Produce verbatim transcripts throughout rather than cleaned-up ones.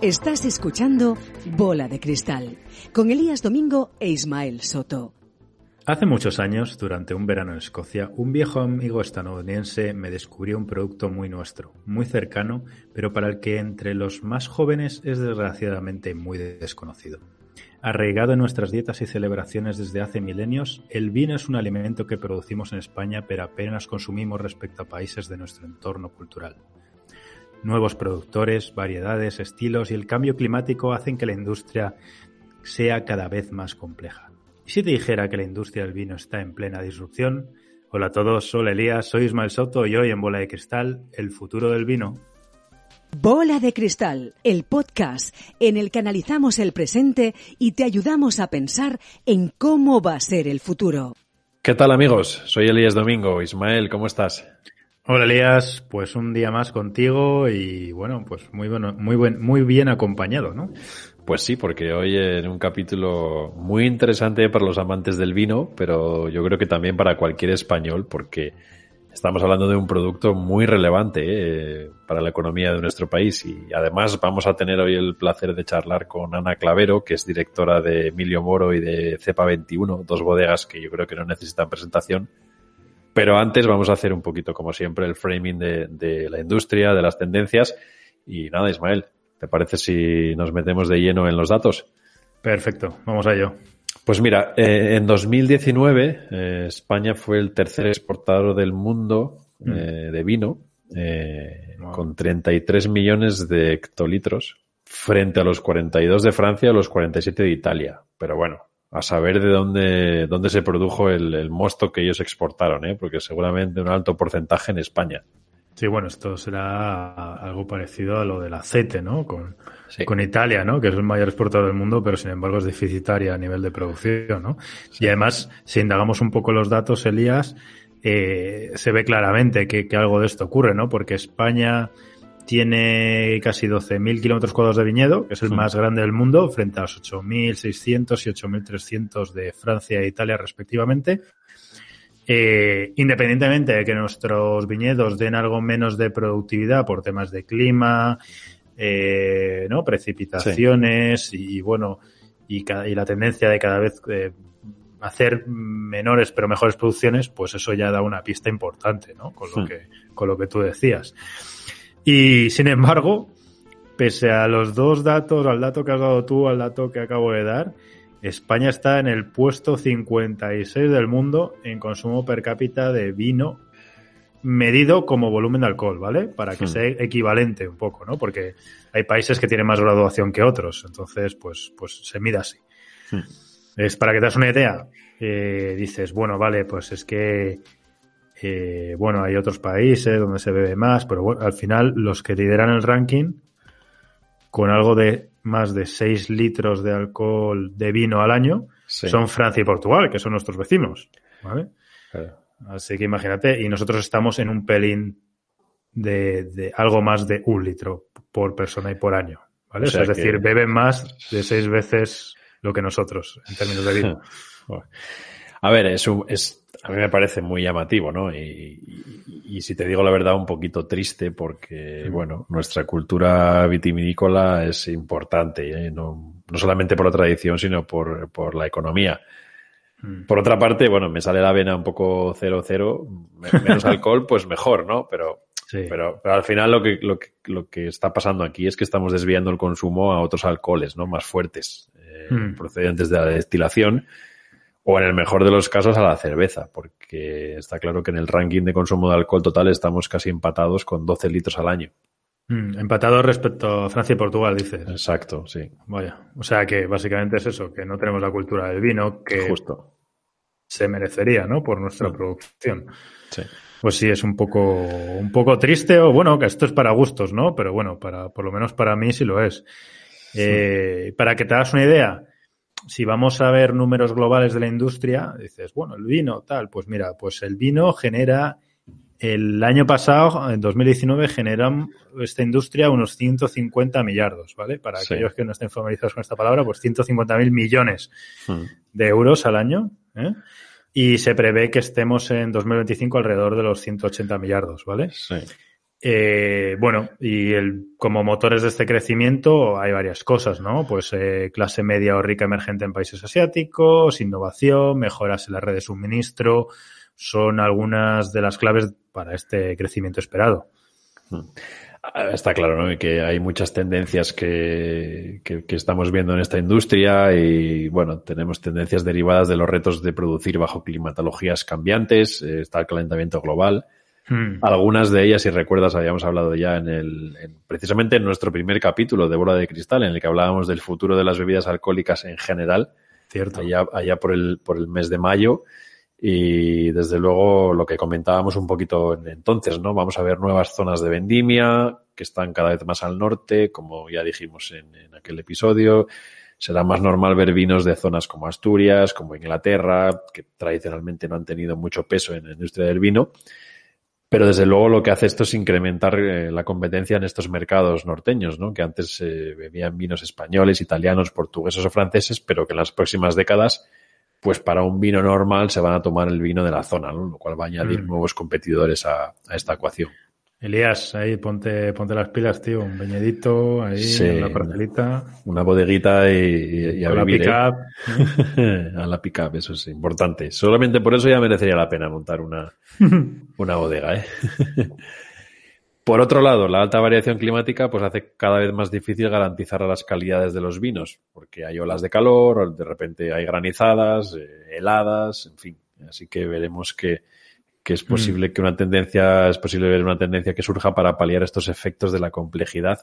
Estás escuchando Bola de Cristal, con Elías Domingo e Ismael Soto. Hace muchos años, durante un verano en Escocia, un viejo amigo estadounidense me descubrió un producto muy nuestro, muy cercano, pero para el que entre los más jóvenes es desgraciadamente muy desconocido. Arraigado en nuestras dietas y celebraciones desde hace milenios, el vino es un alimento que producimos en España, pero apenas consumimos respecto a países de nuestro entorno cultural. Nuevos productores, variedades, estilos y el cambio climático hacen que la industria sea cada vez más compleja. ¿Y si te dijera que la industria del vino está en plena disrupción? Hola a todos, soy Elías, soy Ismael Soto y hoy en Bola de Cristal, el futuro del vino. Bola de Cristal, el podcast en el que analizamos el presente y te ayudamos a pensar en cómo va a ser el futuro. ¿Qué tal, amigos? Soy Elías Domingo. Ismael, ¿cómo estás? Hola, Elías, pues un día más contigo y bueno, pues muy bueno, muy buen, muy bien acompañado, ¿no? Pues sí, porque hoy en un capítulo muy interesante para los amantes del vino, pero yo creo que también para cualquier español, porque estamos hablando de un producto muy relevante eh, para la economía de nuestro país y además vamos a tener hoy el placer de charlar con Ana Clavero, que es directora de Emilio Moro y de Cepa veintiuno, dos bodegas que yo creo que no necesitan presentación. Pero antes vamos a hacer un poquito, como siempre, el framing de, de la industria, de las tendencias. Y nada, Ismael, ¿te parece si nos metemos de lleno en los datos? Perfecto, vamos a ello. Pues mira, eh, en dos mil diecinueve eh, España fue el tercer exportador del mundo eh, mm. de vino, eh, wow. con treinta y tres millones de hectolitros, frente a los cuarenta y dos de Francia y a los cuarenta y siete de Italia. Pero bueno, a saber de dónde, dónde se produjo el, el mosto que ellos exportaron, ¿eh? Porque seguramente un alto porcentaje en España. Sí, bueno, esto será algo parecido a lo del aceite, ¿no? Con, sí. con Italia, ¿no? Que es el mayor exportador del mundo, pero sin embargo es deficitaria a nivel de producción, ¿no? Sí. Y además, si indagamos un poco los datos, Elías, eh, se ve claramente que, que algo de esto ocurre, ¿no? Porque España tiene casi doce mil kilómetros cuadrados de viñedo, que es el sí. más grande del mundo, frente a los ocho mil seiscientos y ocho mil trescientos de Francia e Italia, respectivamente. Eh, independientemente de que nuestros viñedos den algo menos de productividad por temas de clima, eh, ¿no? precipitaciones sí. y, y bueno, y, ca- y la tendencia de cada vez eh, hacer menores pero mejores producciones, pues eso ya da una pista importante, ¿no? Con lo sí. que, con lo que tú decías. Y sin embargo, pese a los dos datos, al dato que has dado tú, al dato que acabo de dar, España está en el puesto cincuenta y seis del mundo en consumo per cápita de vino medido como volumen de alcohol, ¿vale? Para que hmm. sea equivalente un poco, ¿no? Porque hay países que tienen más graduación que otros, entonces pues, pues se mide así. Hmm. Es para que te das una idea, eh, dices, bueno, vale, pues es que Eh, bueno, hay otros países donde se bebe más, pero bueno, al final los que lideran el ranking con algo de más de seis litros de alcohol de vino al año sí. son Francia y Portugal, que son nuestros vecinos, ¿vale? Claro. Así que imagínate, y nosotros estamos en un pelín de, de algo más de un litro por persona y por año, ¿vale? O sea, o sea, es decir, que... beben más de seis veces lo que nosotros en términos de vino. A ver, es, un, es a mí me parece muy llamativo, ¿no? Y, y, y si te digo la verdad, un poquito triste porque, mm. bueno, nuestra cultura vitivinícola es importante, ¿eh? No, no solamente por la tradición, sino por, por la economía. Mm. Por otra parte, bueno, me sale la vena un poco cero cero, menos alcohol, pues mejor, ¿no? Pero, sí. pero, pero al final lo que, lo que, lo que está pasando aquí es que estamos desviando el consumo a otros alcoholes, ¿no? Más fuertes, eh, mm. procedentes de la destilación. O en el mejor de los casos a la cerveza, porque está claro que en el ranking de consumo de alcohol total estamos casi empatados con doce litros al año. Mm, empatados respecto a Francia y Portugal, dices. Exacto, sí. Vaya, o sea que básicamente es eso, que no tenemos la cultura del vino que Justo. se merecería, ¿no? Por nuestra mm. producción. Sí. Pues sí, es un poco, un poco triste, o bueno, que esto es para gustos, ¿no? Pero bueno, para, por lo menos para mí sí lo es. Sí. Eh, para que te hagas una idea, si vamos a ver números globales de la industria, dices, bueno, el vino, tal, pues mira, pues el vino genera, el año pasado, en dos mil diecinueve, generó esta industria unos ciento cincuenta millardos, ¿vale? Para sí. aquellos que no estén familiarizados con esta palabra, pues ciento cincuenta mil millones hmm. de euros al año, ¿eh? Y se prevé que estemos en dos mil veinticinco alrededor de los ciento ochenta millardos, ¿vale? Sí. Eh, bueno, y el, como motores de este crecimiento hay varias cosas, ¿no? Pues eh, clase media o rica emergente en países asiáticos, innovación, mejoras en la red de suministro, son algunas de las claves para este crecimiento esperado. Está claro, ¿no? Que hay muchas tendencias que, que, que estamos viendo en esta industria y, bueno, tenemos tendencias derivadas de los retos de producir bajo climatologías cambiantes, eh, está el calentamiento global. Hmm. Algunas de ellas, si recuerdas, habíamos hablado ya en el, en, precisamente en nuestro primer capítulo de Bola de Cristal, en el que hablábamos del futuro de las bebidas alcohólicas en general. Cierto. Allá, allá por el, por el mes de mayo. Y desde luego lo que comentábamos un poquito entonces, ¿no? Vamos a ver nuevas zonas de vendimia que están cada vez más al norte, como ya dijimos en, en aquel episodio. Será más normal ver vinos de zonas como Asturias, como Inglaterra, que tradicionalmente no han tenido mucho peso en la industria del vino. Pero desde luego lo que hace esto es incrementar eh, la competencia en estos mercados norteños, ¿no? Que antes eh, bebían vinos españoles, italianos, portugueses o franceses, pero que en las próximas décadas, pues para un vino normal se van a tomar el vino de la zona, ¿no? Lo cual va a añadir mm. nuevos competidores a, a esta ecuación. Elías, ahí ponte, ponte las pilas, tío. Un viñedito ahí sí, en la parcelita. Una bodeguita y, y, y a, a vivir, la pick-up. ¿eh? A la pick-up, eso es importante. Solamente por eso ya merecería la pena montar una, una bodega, ¿eh? Por otro lado, la alta variación climática pues hace cada vez más difícil garantizar las calidades de los vinos, porque hay olas de calor, de repente hay granizadas, eh, heladas, en fin. Así que veremos que que es posible mm. que una tendencia, es posible ver una tendencia que surja para paliar estos efectos de la complejidad.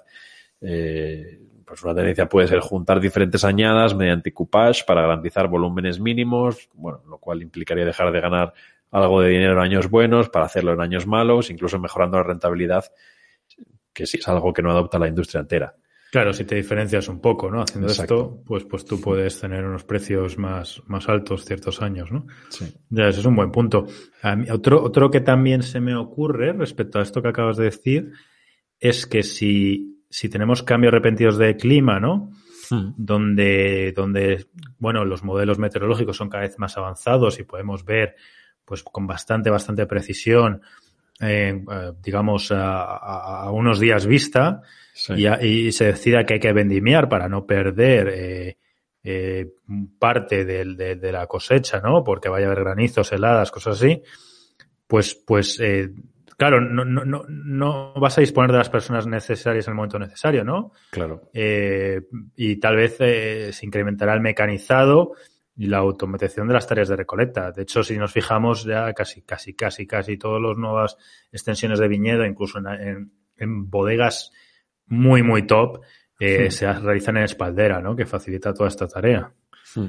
Eh, pues una tendencia puede ser juntar diferentes añadas mediante coupage para garantizar volúmenes mínimos, bueno, lo cual implicaría dejar de ganar algo de dinero en años buenos para hacerlo en años malos, incluso mejorando la rentabilidad, que sí es algo que no adopta la industria entera. Claro, si te diferencias un poco, ¿no? Haciendo Exacto. esto, pues, pues tú puedes tener unos precios más, más altos ciertos años, ¿no? Sí. Ya, ese es un buen punto. A mí, otro, otro que también se me ocurre respecto a esto que acabas de decir es que si, si tenemos cambios repentinos de clima, ¿no? Hmm. Donde, donde, bueno, los modelos meteorológicos son cada vez más avanzados y podemos ver, pues, con bastante, bastante precisión, eh, digamos, a, a, a unos días vista, sí. y, a, y se decida que hay que vendimiar para no perder eh, eh, parte de, de, de la cosecha, ¿no? Porque vaya a haber granizos, heladas, cosas así. Pues, pues, eh, claro, no, no, no, no vas a disponer de las personas necesarias en el momento necesario, ¿no? Claro. Eh, y tal vez eh, se incrementará el mecanizado y la automatización de las tareas de recolecta. De hecho, si nos fijamos, ya casi, casi, casi, casi todas las nuevas extensiones de viñedo, incluso en, en, en bodegas muy, muy top, eh, sí. se realizan en espaldera, ¿no? Que facilita toda esta tarea. Sí.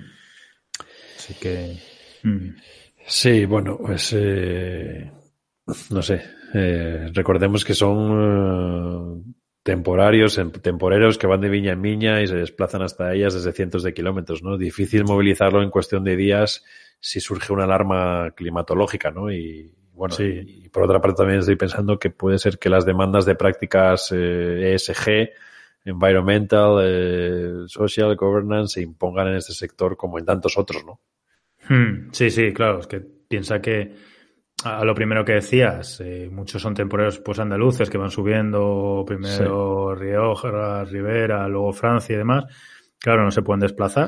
Así que... Hmm. Sí, bueno, pues... Eh, no sé. Eh, recordemos que son... Eh, temporarios, temporeros que van de viña en viña y se desplazan hasta ellas desde cientos de kilómetros, ¿no? Difícil movilizarlo en cuestión de días si surge una alarma climatológica, ¿no? Y bueno, sí. y por otra parte también estoy pensando que puede ser que las demandas de prácticas eh, E S G, Environmental, eh, Social, Governance, se impongan en este sector como en tantos otros, ¿no? Hmm, sí, sí, claro, es que piensa que a lo primero que decías, eh, muchos son temporeros pues andaluces que van subiendo primero sí. Rioja, Ribera, luego Francia y demás. Claro, no se pueden desplazar.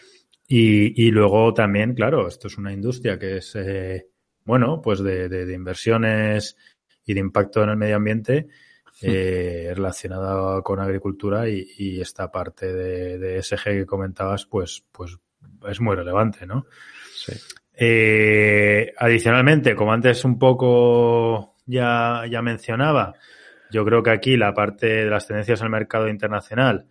Y, y luego también, claro, esto es una industria que es, eh, bueno, pues de, de, de inversiones y de impacto en el medio ambiente eh, sí. relacionada con agricultura y, y esta parte de, de E S G que comentabas, pues, pues es muy relevante, ¿no? Sí. Eh, adicionalmente, como antes un poco ya, ya mencionaba, yo creo que aquí la parte de las tendencias al mercado internacional,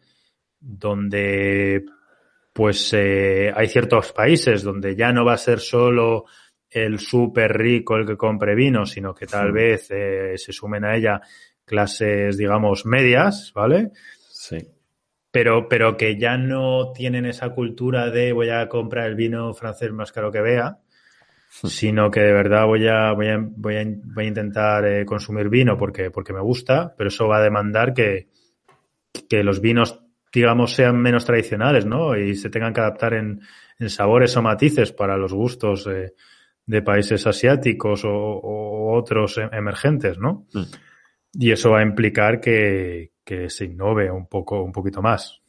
donde pues eh, hay ciertos países donde ya no va a ser solo el súper rico el que compre vino, sino que tal sí. vez eh, se sumen a ella clases, digamos, medias, ¿vale? Sí. Pero, pero que ya no tienen esa cultura de voy a comprar el vino francés más caro que vea, sino que de verdad voy a, voy a, voy a, voy a intentar eh, consumir vino porque, porque me gusta, pero eso va a demandar que, que los vinos, digamos, sean menos tradicionales, ¿no? Y se tengan que adaptar en, en sabores o matices para los gustos eh, de países asiáticos o, o otros emergentes, ¿no? Mm. y eso va a implicar que, que se innove un poco, un poquito más.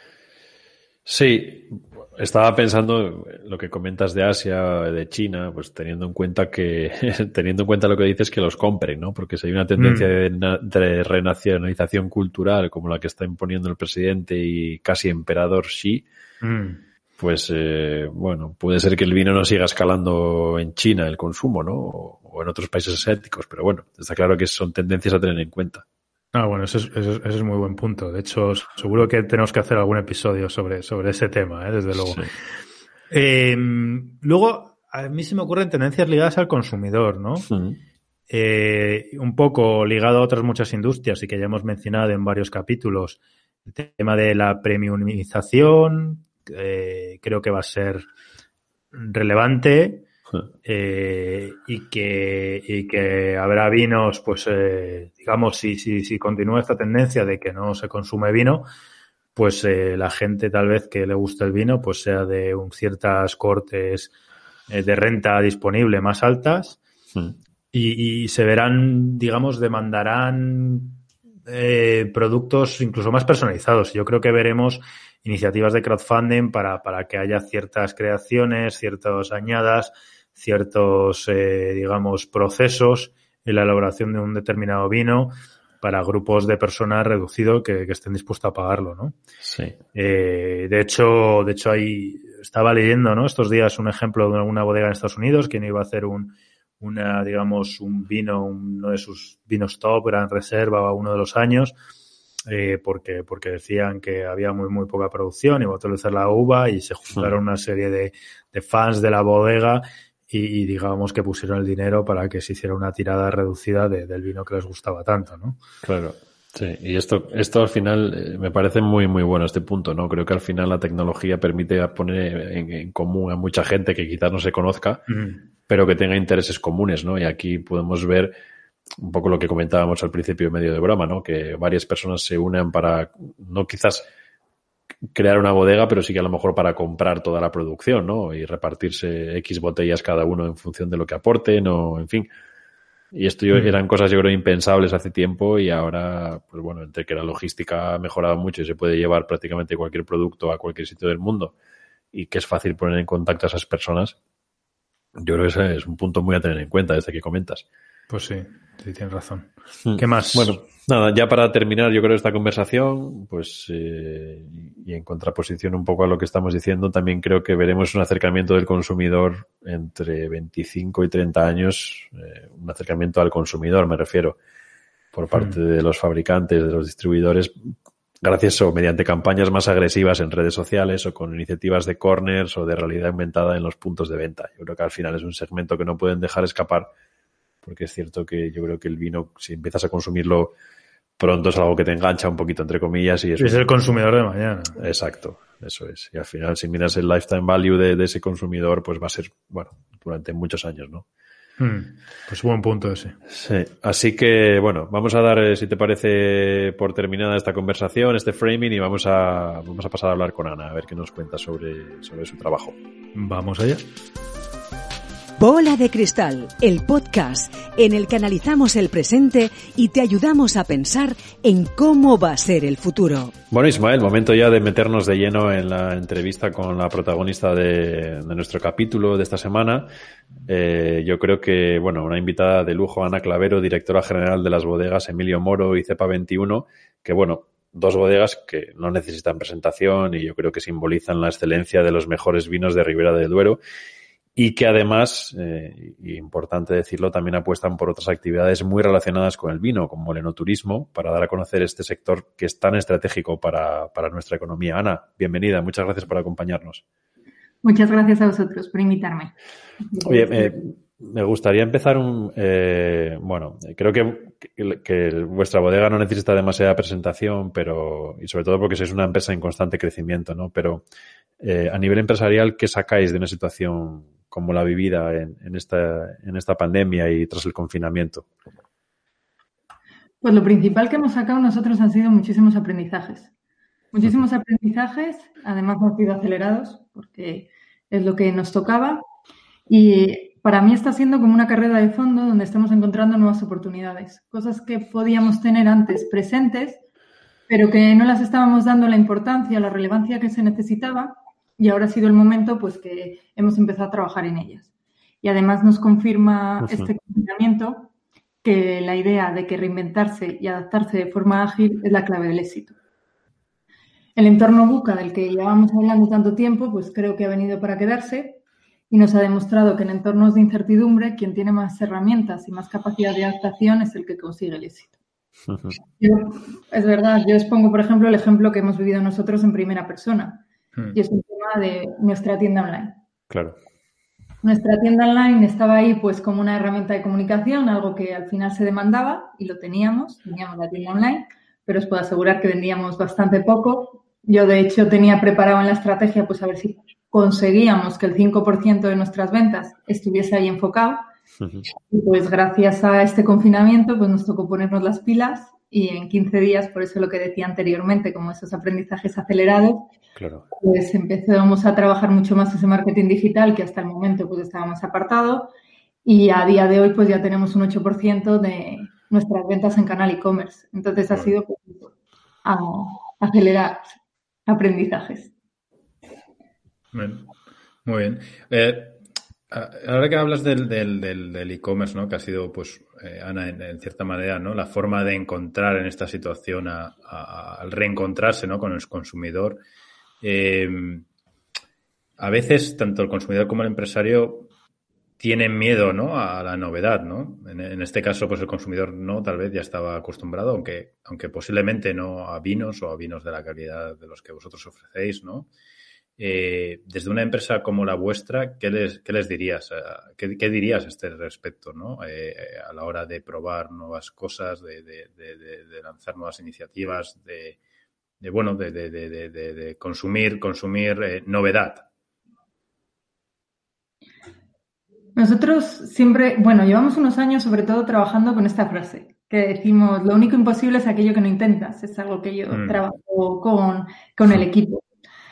Sí, estaba pensando lo que comentas de Asia, de China, pues teniendo en cuenta que, teniendo en cuenta lo que dices, que los compren, ¿no? Porque si hay una tendencia mm. de, na- de renacionalización cultural como la que está imponiendo el presidente y casi emperador Xi, mm. pues, eh, bueno, puede ser que el vino no siga escalando en China el consumo, ¿no? O, o en otros países asiáticos, pero bueno, está claro que son tendencias a tener en cuenta. Ah, bueno, eso es, eso, es, eso es muy buen punto. De hecho, seguro que tenemos que hacer algún episodio sobre, sobre ese tema, ¿eh? Desde luego. Sí. Eh, luego, a mí se me ocurren tendencias ligadas al consumidor, ¿no? Sí. Eh, un poco ligado a otras muchas industrias y que ya hemos mencionado en varios capítulos. El tema de la premiumización, eh, creo que va a ser relevante. Eh, y que y que habrá vinos, pues eh, digamos, si, si, si continúa esta tendencia de que no se consume vino, pues eh, la gente tal vez que le guste el vino, pues sea de un, ciertas cortes eh, de renta disponible más altas sí. y, y se verán, digamos, demandarán eh, productos incluso más personalizados. Yo creo que veremos iniciativas de crowdfunding para, para que haya ciertas creaciones, ciertas añadas, ciertos, eh, digamos, procesos en la elaboración de un determinado vino para grupos de personas reducidos que, que estén dispuestos a pagarlo, ¿no? Sí. Eh, de hecho, de hecho, ahí estaba leyendo, ¿no? Estos días un ejemplo de una bodega en Estados Unidos que iba a hacer un, una, digamos, un vino, uno de sus vinos top, gran reserva, uno de los años, eh, porque, porque decían que había muy, muy poca producción, iba a utilizar la uva y se juntaron una serie de, de fans de la bodega y, y digamos que pusieron el dinero para que se hiciera una tirada reducida de, del vino que les gustaba tanto, ¿no? Claro. Sí, y esto, esto al final eh, me parece muy, muy bueno este punto, ¿no? Creo que al final la tecnología permite poner en, en común a mucha gente que quizás no se conozca, mm. pero que tenga intereses comunes, ¿no? Y aquí podemos ver un poco lo que comentábamos al principio medio de broma, ¿no? Que varias personas se unen para, no quizás crear una bodega, pero sí que a lo mejor para comprar toda la producción, ¿no? Y repartirse X botellas cada uno en función de lo que aporten o, en fin. Y esto yo, eran cosas, yo creo, impensables hace tiempo y ahora, pues bueno, entre que la logística ha mejorado mucho y se puede llevar prácticamente cualquier producto a cualquier sitio del mundo y que es fácil poner en contacto a esas personas, yo creo que ese es un punto muy a tener en cuenta desde que comentas. Pues sí, sí, tienes razón. ¿Qué más? Bueno, nada, ya para terminar, yo creo esta conversación, pues, eh, y en contraposición un poco a lo que estamos diciendo, también creo que veremos un acercamiento del consumidor entre veinticinco y treinta años, eh, un acercamiento al consumidor, me refiero, por parte mm. de los fabricantes, de los distribuidores, gracias o mediante campañas más agresivas en redes sociales o con iniciativas de corners o de realidad aumentada en los puntos de venta. Yo creo que al final es un segmento que no pueden dejar escapar, porque es cierto que yo creo que el vino, si empiezas a consumirlo pronto, es algo que te engancha un poquito, entre comillas. Y es, es el consumidor de mañana. Exacto, eso es. Y al final, si miras el lifetime value de, de ese consumidor, pues va a ser, bueno, durante muchos años, ¿no? Hmm, pues buen punto ese. Sí, así que, bueno, vamos a dar, si te parece, por terminada esta conversación, este framing, y vamos a, vamos a pasar a hablar con Ana, a ver qué nos cuenta sobre, sobre su trabajo. Vamos allá. Bola de Cristal, el podcast en el que analizamos el presente y te ayudamos a pensar en cómo va a ser el futuro. Bueno, Ismael, momento ya de meternos de lleno en la entrevista con la protagonista de, de nuestro capítulo de esta semana. Eh, yo creo que, bueno, una invitada de lujo, Ana Clavero, directora general de las bodegas Emilio Moro y Cepa veintiuno, que, bueno, dos bodegas que no necesitan presentación y yo creo que simbolizan la excelencia de los mejores vinos de Ribera del Duero. Y que además, eh, y importante decirlo, también apuestan por otras actividades muy relacionadas con el vino, como el enoturismo, para dar a conocer este sector que es tan estratégico para, para nuestra economía. Ana, bienvenida, muchas gracias por acompañarnos. Muchas gracias a vosotros por invitarme. Oye, eh, me gustaría empezar un... Eh, bueno, creo que, que, que vuestra bodega no necesita demasiada presentación, pero y sobre todo porque sois una empresa en constante crecimiento, ¿no? Pero eh, a nivel empresarial, ¿qué sacáis de una situación como la vivida en, en, esta, en esta pandemia y tras el confinamiento? Pues lo principal que hemos sacado nosotros han sido muchísimos aprendizajes. Muchísimos aprendizajes, además han sido acelerados, porque es lo que nos tocaba. Y para mí está siendo como una carrera de fondo donde estamos encontrando nuevas oportunidades, cosas que podíamos tener antes presentes, pero que no las estábamos dando la importancia, la relevancia que se necesitaba, y ahora ha sido el momento pues que hemos empezado a trabajar en ellas. Y además nos confirma uh-huh. este confinamiento que la idea de que reinventarse y adaptarse de forma ágil es la clave del éxito. El entorno VUCA del que llevábamos hablando tanto tiempo, pues creo que ha venido para quedarse y nos ha demostrado que en entornos de incertidumbre quien tiene más herramientas y más capacidad de adaptación es el que consigue el éxito. Uh-huh. Yo, es verdad, yo os pongo, por ejemplo, el ejemplo que hemos vivido nosotros en primera persona uh-huh. y es un tema de nuestra tienda online. Claro. Nuestra tienda online estaba ahí pues como una herramienta de comunicación, algo que al final se demandaba y lo teníamos, teníamos la tienda online, pero os puedo asegurar que vendíamos bastante poco. Yo, de hecho, tenía preparado en la estrategia pues a ver si conseguíamos que el cinco por ciento de nuestras ventas estuviese ahí enfocado. Uh-huh. Y pues gracias a este confinamiento pues nos tocó ponernos las pilas y en quince días, por eso lo que decía anteriormente, como esos aprendizajes acelerados, claro. pues empezamos a trabajar mucho más ese marketing digital que hasta el momento pues estaba más apartado y a día de hoy pues ya tenemos un ocho por ciento de nuestras ventas en canal e-commerce. Entonces ha uh-huh. sido pues, a acelerar aprendizajes. Bien. Muy bien. Eh, ahora que hablas del, del, del, del e-commerce, ¿no? Que ha sido, pues, eh, Ana, en, en cierta manera, ¿no? La forma de encontrar en esta situación a, a, al reencontrarse, ¿no? Con el consumidor. Eh, a veces, tanto el consumidor como el empresario tienen miedo, ¿no? A la novedad, ¿no? En, en este caso, pues el consumidor no, tal vez ya estaba acostumbrado, aunque, aunque posiblemente no a vinos o a vinos de la calidad de los que vosotros ofrecéis, ¿no? Eh, desde una empresa como la vuestra, ¿qué les, qué les dirías? ¿Qué, qué dirías a este respecto, ¿no? Eh, a la hora de probar nuevas cosas, de, de, de, de, de lanzar nuevas iniciativas, de, de bueno, de, de, de, de, de consumir, consumir eh, novedad. Nosotros siempre, bueno, llevamos unos años sobre todo trabajando con esta frase, que decimos, lo único imposible es aquello que no intentas. Es algo que yo mm. trabajo con, con el equipo.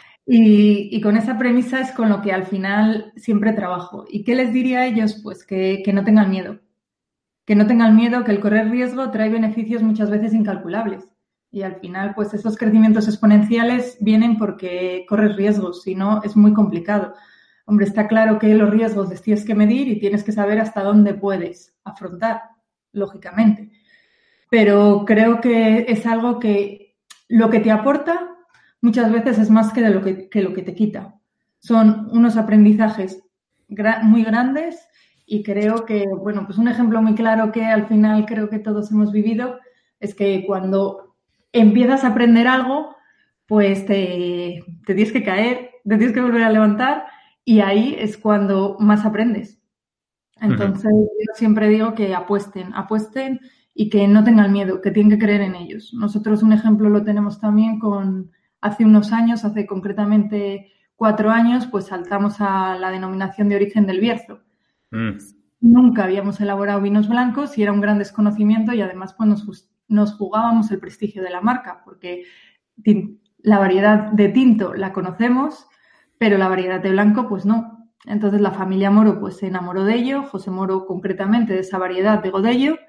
Y, y con esa premisa es con lo que al final siempre trabajo. ¿Y qué les diría a ellos? Pues que, que no tengan miedo. Que no tengan miedo, que el correr riesgo trae beneficios muchas veces incalculables. Y al final, pues esos crecimientos exponenciales vienen porque corres riesgos, si no es muy complicado. Hombre, está claro que los riesgos los tienes que medir y tienes que saber hasta dónde puedes afrontar, lógicamente. Pero creo que es algo que lo que te aporta muchas veces es más que, de lo, que, que lo que te quita. Son unos aprendizajes gra- muy grandes y creo que, bueno, pues un ejemplo muy claro que al final creo que todos hemos vivido es que cuando empiezas a aprender algo, pues te, te tienes que caer, te tienes que volver a levantar y ahí es cuando más aprendes. Entonces, uh-huh. yo siempre digo que apuesten, apuesten y que no tengan miedo, que tienen que creer en ellos. Nosotros un ejemplo lo tenemos también con hace unos años, hace concretamente cuatro años, pues saltamos a la denominación de origen del Bierzo. Mm. Nunca habíamos elaborado vinos blancos y era un gran desconocimiento y además pues nos, nos jugábamos el prestigio de la marca porque la variedad de tinto la conocemos, pero la variedad de blanco pues no. Entonces la familia Moro pues se enamoró de ello, José Moro concretamente de esa variedad de Godello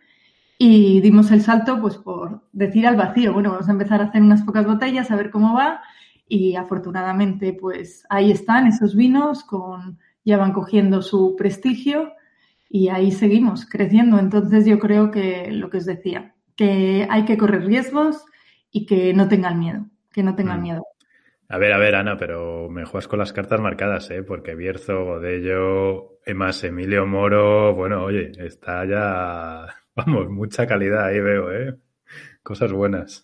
y dimos el salto pues por decir al vacío, bueno, vamos a empezar a hacer unas pocas botellas a ver cómo va y afortunadamente pues ahí están esos vinos, con ya van cogiendo su prestigio y ahí seguimos creciendo. Entonces yo creo que lo que os decía, que hay que correr riesgos y que no tengan miedo, que no tengan mm. miedo. A ver, a ver, Ana, pero me juegas con las cartas marcadas, ¿eh? Porque Bierzo, Godello, más Emilio Moro, bueno, oye, está ya, vamos, mucha calidad ahí veo, ¿eh? Cosas buenas.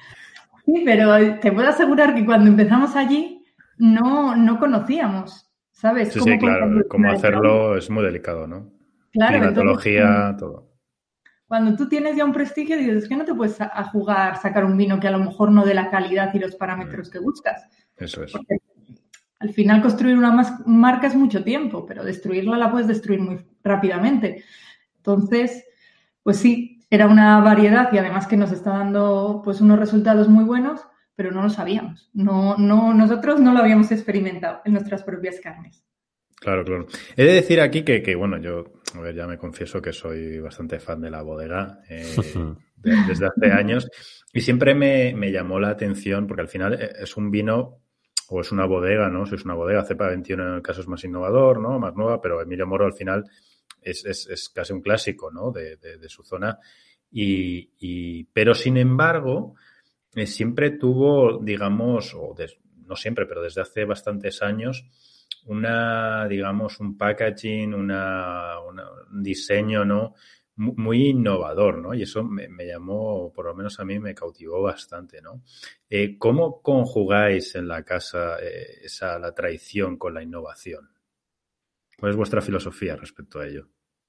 Sí, pero te puedo asegurar que cuando empezamos allí no, no conocíamos, ¿sabes? Sí, sí, claro, cómo hacerlo es muy delicado, ¿no? Claro. Climatología, entonces, todo. Cuando tú tienes ya un prestigio, dices, es que no te puedes a jugar, sacar un vino que a lo mejor no dé la calidad y los parámetros mm. que buscas. Eso es. Porque al final construir una marca es mucho tiempo, pero destruirla la puedes destruir muy rápidamente. Entonces, pues sí, era una variedad y además que nos está dando pues unos resultados muy buenos, pero no lo sabíamos. No, no, nosotros no lo habíamos experimentado en nuestras propias carnes. Claro, claro. He de decir aquí que, que bueno, yo a ver, ya me confieso que soy bastante fan de la bodega eh, de, desde hace años y siempre me, me llamó la atención porque al final es un vino o es una bodega, ¿no? Si es una bodega, cepa veintiuno en el caso es más innovador, ¿no? Más nueva, pero Emilio Moro al final es, es, es casi un clásico, ¿no? De, de, de su zona y, y pero sin embargo eh, siempre tuvo, digamos, o des, no siempre, pero desde hace bastantes años una, digamos, un packaging, una, una, un diseño, ¿no? Muy innovador, ¿no? Y eso me, me llamó, por lo menos a mí me cautivó bastante, ¿no? Eh, ¿Cómo conjugáis en la casa eh, esa, la tradición con la innovación? ¿Cuál es vuestra filosofía respecto a ello?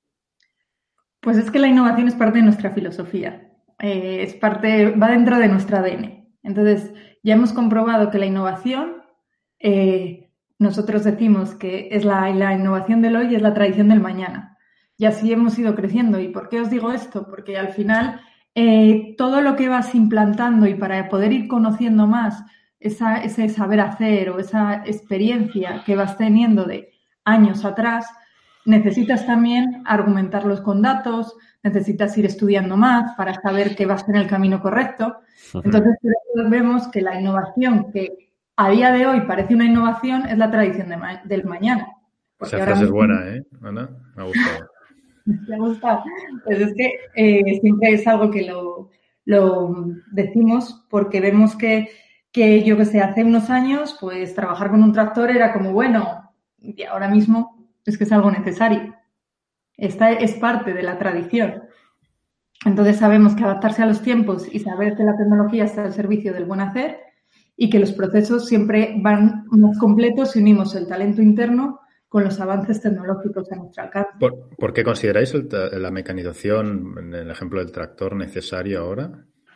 Pues es que la innovación es parte de nuestra filosofía, eh, es parte, va dentro de nuestro A D N. Entonces, ya hemos comprobado que la innovación... Eh, Nosotros decimos que es la, la innovación del hoy y es la tradición del mañana. Y así hemos ido creciendo. ¿Y por qué os digo esto? Porque al final eh, todo lo que vas implantando y para poder ir conociendo más esa, ese saber hacer o esa experiencia que vas teniendo de años atrás, necesitas también argumentarlos con datos, necesitas ir estudiando más para saber que vas en el camino correcto. Entonces, vemos que la innovación que a día de hoy parece una innovación, es la tradición de ma- del mañana. Esa frase es buena, ¿eh, Ana? Me ha gustado. Me ha gustado. Pues es que eh, siempre es algo que lo, lo decimos porque vemos que, que, yo que sé, hace unos años, pues trabajar con un tractor era como, bueno, y ahora mismo es que es algo necesario. Esta es parte de la tradición. Entonces sabemos que adaptarse a los tiempos y saber que la tecnología está al servicio del buen hacer y que los procesos siempre van más completos si unimos el talento interno con los avances tecnológicos a nuestro alcance. ¿Por, ¿por qué consideráis el, la mecanización, en el ejemplo del tractor, necesaria ahora?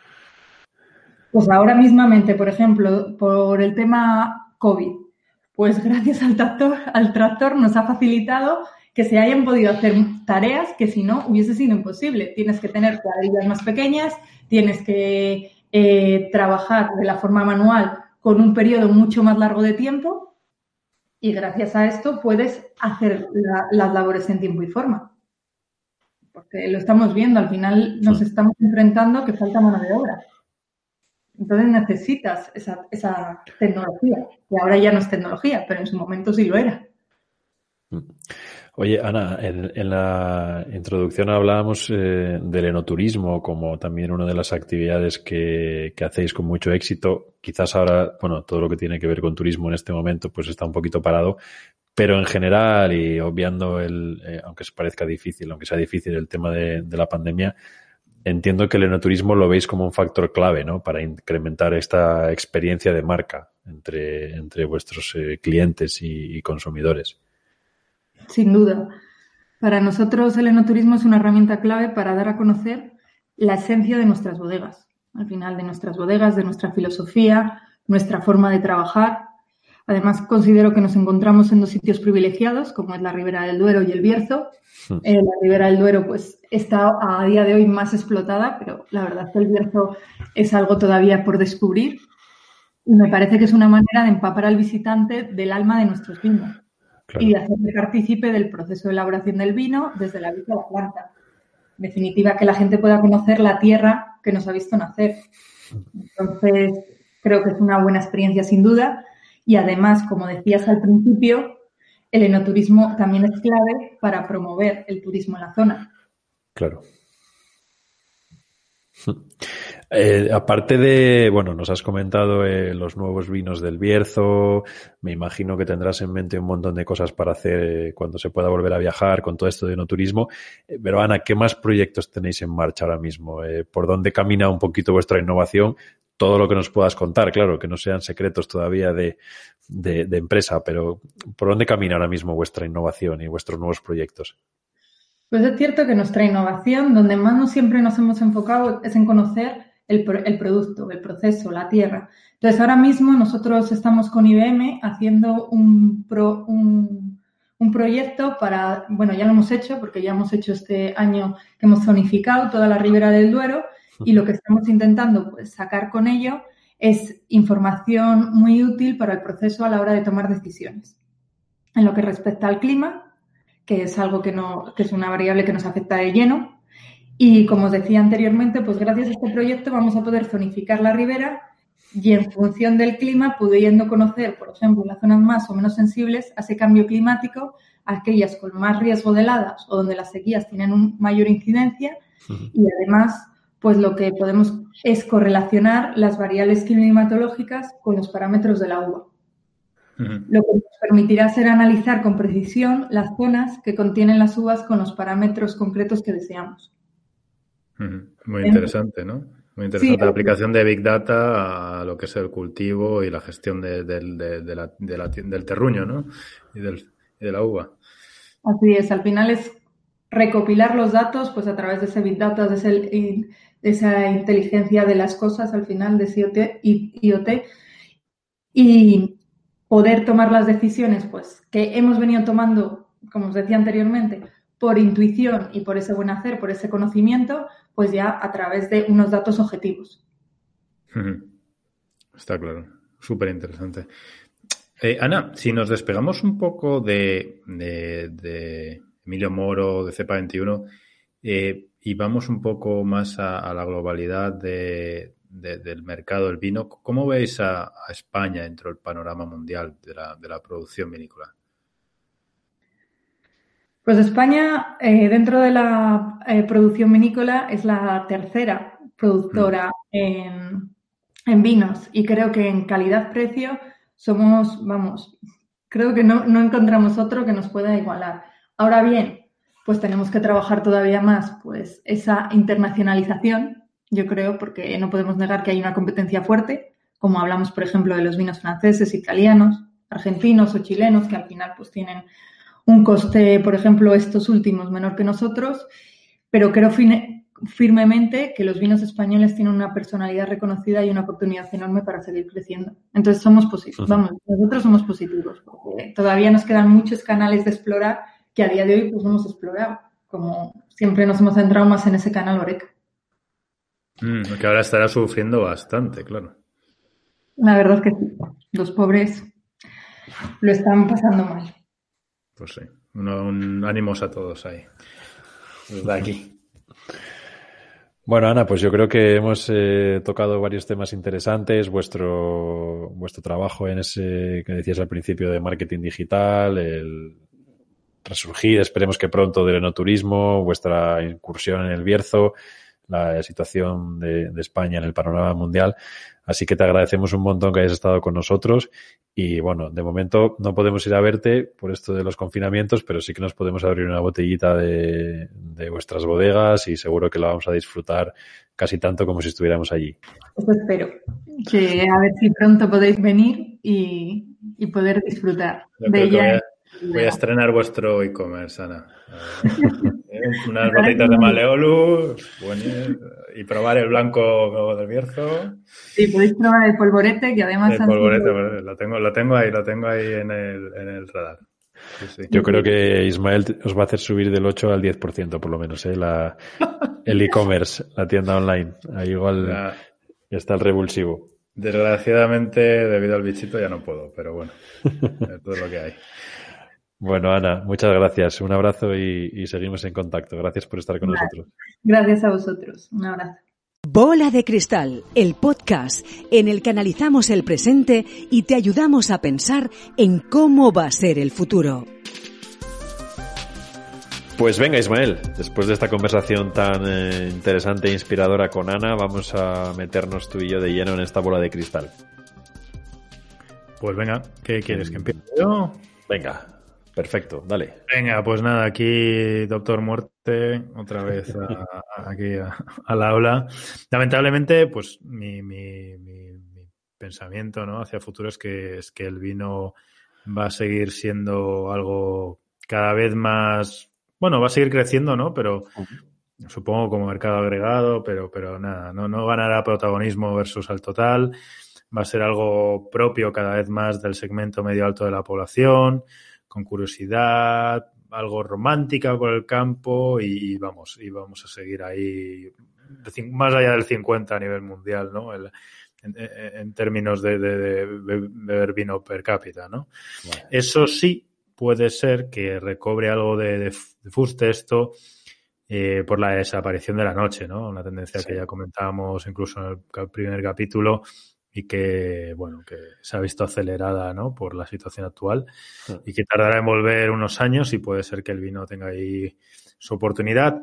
Pues ahora mismamente, por ejemplo, por el tema COVID, pues gracias al tractor, al tractor nos ha facilitado que se hayan podido hacer tareas que si no hubiese sido imposible. Tienes que tener cuadrillas más pequeñas, tienes que Eh, trabajar de la forma manual con un periodo mucho más largo de tiempo y gracias a esto puedes hacer la, las labores en tiempo y forma. Porque lo estamos viendo, al final nos estamos enfrentando a que falta mano de obra. Entonces necesitas esa, esa tecnología, que ahora ya no es tecnología, pero en su momento sí lo era. Oye, Ana, en, en la introducción hablábamos eh, del enoturismo como también una de las actividades que, que hacéis con mucho éxito. Quizás ahora, bueno, todo lo que tiene que ver con turismo en este momento pues está un poquito parado, pero en general y obviando el, eh, aunque se parezca difícil, aunque sea difícil el tema de, de la pandemia, entiendo que el enoturismo lo veis como un factor clave, ¿no? Para incrementar esta experiencia de marca entre, entre vuestros eh, clientes y, y consumidores. Sin duda. Para nosotros el enoturismo es una herramienta clave para dar a conocer la esencia de nuestras bodegas. Al final, de nuestras bodegas, de nuestra filosofía, nuestra forma de trabajar. Además, considero que nos encontramos en dos sitios privilegiados, como es la Ribera del Duero y el Bierzo. Eh, la Ribera del Duero pues, está a día de hoy más explotada, pero la verdad es que el Bierzo es algo todavía por descubrir. Y me parece que es una manera de empapar al visitante del alma de nuestros vinos. Claro. Y de hacerle partícipe del proceso de elaboración del vino desde la vid a la planta. En definitiva, que la gente pueda conocer la tierra que nos ha visto nacer. Entonces, creo que es una buena experiencia sin duda. Y además, como decías al principio, el enoturismo también es clave para promover el turismo en la zona. Claro. Eh, aparte de, bueno, nos has comentado eh, los nuevos vinos del Bierzo, me imagino que tendrás en mente un montón de cosas para hacer eh, cuando se pueda volver a viajar con todo esto de enoturismo. Eh, pero Ana, ¿qué más proyectos tenéis en marcha ahora mismo? Eh, ¿Por dónde camina un poquito vuestra innovación? Todo lo que nos puedas contar, claro, que no sean secretos todavía de, de, de empresa, pero ¿por dónde camina ahora mismo vuestra innovación y vuestros nuevos proyectos? Pues es cierto que nuestra innovación, donde más no siempre nos hemos enfocado, es en conocer el, el producto, el proceso, la tierra. Entonces, ahora mismo nosotros estamos con I B M haciendo un, pro, un, un proyecto para, bueno, ya lo hemos hecho, porque ya hemos hecho este año que hemos zonificado toda la Ribera del Duero y lo que estamos intentando pues, sacar con ello es información muy útil para el proceso a la hora de tomar decisiones. en lo que respecta al clima, que es algo que, no, que es una variable que nos afecta de lleno. Y como os decía anteriormente, pues gracias a este proyecto vamos a poder zonificar la ribera y en función del clima, pudiendo conocer, por ejemplo, las zonas más o menos sensibles a ese cambio climático, aquellas con más riesgo de heladas o donde las sequías tienen una mayor incidencia. Uh-huh. Y además, pues lo que podemos es correlacionar las variables climatológicas con los parámetros de la uva. Uh-huh. Lo que nos permitirá ser analizar con precisión las zonas que contienen las uvas con los parámetros concretos que deseamos. Uh-huh. Muy interesante, ¿no? Muy interesante, sí, la aplicación de Big Data a lo que es el cultivo y la gestión de, de, de, de la, de la, del terruño, ¿no? Y, del, y de la uva. Así es, al final es recopilar los datos pues a través de ese Big Data, de, ese, de esa inteligencia de las cosas, al final, de I O T, y poder tomar las decisiones pues que hemos venido tomando, como os decía anteriormente, por intuición y por ese buen hacer, por ese conocimiento, pues ya a través de unos datos objetivos. Está claro, súper interesante. Eh, Ana, si nos despegamos un poco de, de, de Emilio Moro, de Cepa veintiuno, eh, y vamos un poco más a, a la globalidad de, de, del mercado del vino, ¿cómo veis a, a España dentro del panorama mundial de la, de la producción vinícola? Pues España, eh, dentro de la eh, producción vinícola, es la tercera productora mm. en, en vinos y creo que en calidad-precio somos, vamos, creo que no, no encontramos otro que nos pueda igualar. Ahora bien, pues tenemos que trabajar todavía más pues esa internacionalización, yo creo, porque no podemos negar que hay una competencia fuerte, como hablamos, por ejemplo, de los vinos franceses, italianos, argentinos o chilenos, que al final pues tienen un coste, por ejemplo, estos últimos menor que nosotros, pero creo fine, firmemente que los vinos españoles tienen una personalidad reconocida y una oportunidad enorme para seguir creciendo. Entonces somos positivos, vamos, nosotros somos positivos, porque todavía nos quedan muchos canales de explorar que a día de hoy pues no hemos explorado, como siempre nos hemos centrado más en ese canal Oreca. Mm, que ahora estará sufriendo bastante, claro. La verdad es que sí, los pobres lo están pasando mal. Pues sí, un, un ánimos a todos ahí, desde aquí. Bueno, Ana, pues yo creo que hemos eh, tocado varios temas interesantes, vuestro vuestro trabajo en ese que decías al principio de marketing digital, el resurgir, esperemos que pronto, del enoturismo, vuestra incursión en el Bierzo, la situación de, de España en el panorama mundial. Así que te agradecemos un montón que hayas estado con nosotros y, bueno, de momento no podemos ir a verte por esto de los confinamientos, pero sí que nos podemos abrir una botellita de, de vuestras bodegas y seguro que la vamos a disfrutar casi tanto como si estuviéramos allí. Eso espero. Que a ver si pronto podéis venir y, y poder disfrutar Yo de ella. Voy a, voy a estrenar vuestro e-commerce, Ana. Unas botellitas de Maleolus y probar el blanco del Bierzo. Sí, podéis probar el polvorete, que además... El polvorete, sido... lo, tengo, lo tengo ahí, lo tengo ahí en el, en el radar. Sí, sí. Yo creo que Ismael os va a hacer subir del ocho al diez por ciento por lo menos, ¿eh? La, el e-commerce, la tienda online. Ahí igual la... está el revulsivo. Desgraciadamente, debido al bichito ya no puedo, pero bueno, es todo lo que hay. Bueno, Ana, muchas gracias. Un abrazo y, y seguimos en contacto. Gracias por estar con vale. nosotros. Gracias a vosotros. Un abrazo. Bola de Cristal, el podcast en el que analizamos el presente y te ayudamos a pensar en cómo va a ser el futuro. Pues venga, Ismael, después de esta conversación tan eh, interesante e inspiradora con Ana, vamos a meternos tú y yo de lleno en esta bola de cristal. Pues venga, ¿qué quieres? ¿Que empiece yo? Venga. Perfecto, dale. Venga, pues nada, aquí Doctor Muerte, otra vez a, a, aquí a, a la aula. Lamentablemente, pues mi, mi, mi, mi pensamiento, ¿no?, hacia el futuro es que, es que el vino va a seguir siendo algo cada vez más, bueno, va a seguir creciendo, ¿no? Pero uh-huh. supongo como mercado agregado, pero, pero nada, no, no ganará protagonismo versus al total. Va a ser algo propio cada vez más del segmento medio alto de la población, con curiosidad, algo romántica por el campo y vamos, y vamos a seguir ahí más allá del cincuenta a nivel mundial, ¿no? El, en, en términos de, de, de beber vino per cápita, ¿no? Bueno. Eso sí, puede ser que recobre algo de, de, de fuste esto eh, por la desaparición de la noche, ¿no? Una tendencia sí. que ya comentábamos incluso en el primer capítulo y que, bueno, que se ha visto acelerada, ¿no? Por la situación actual sí. y que tardará en volver unos años y puede ser que el vino tenga ahí su oportunidad.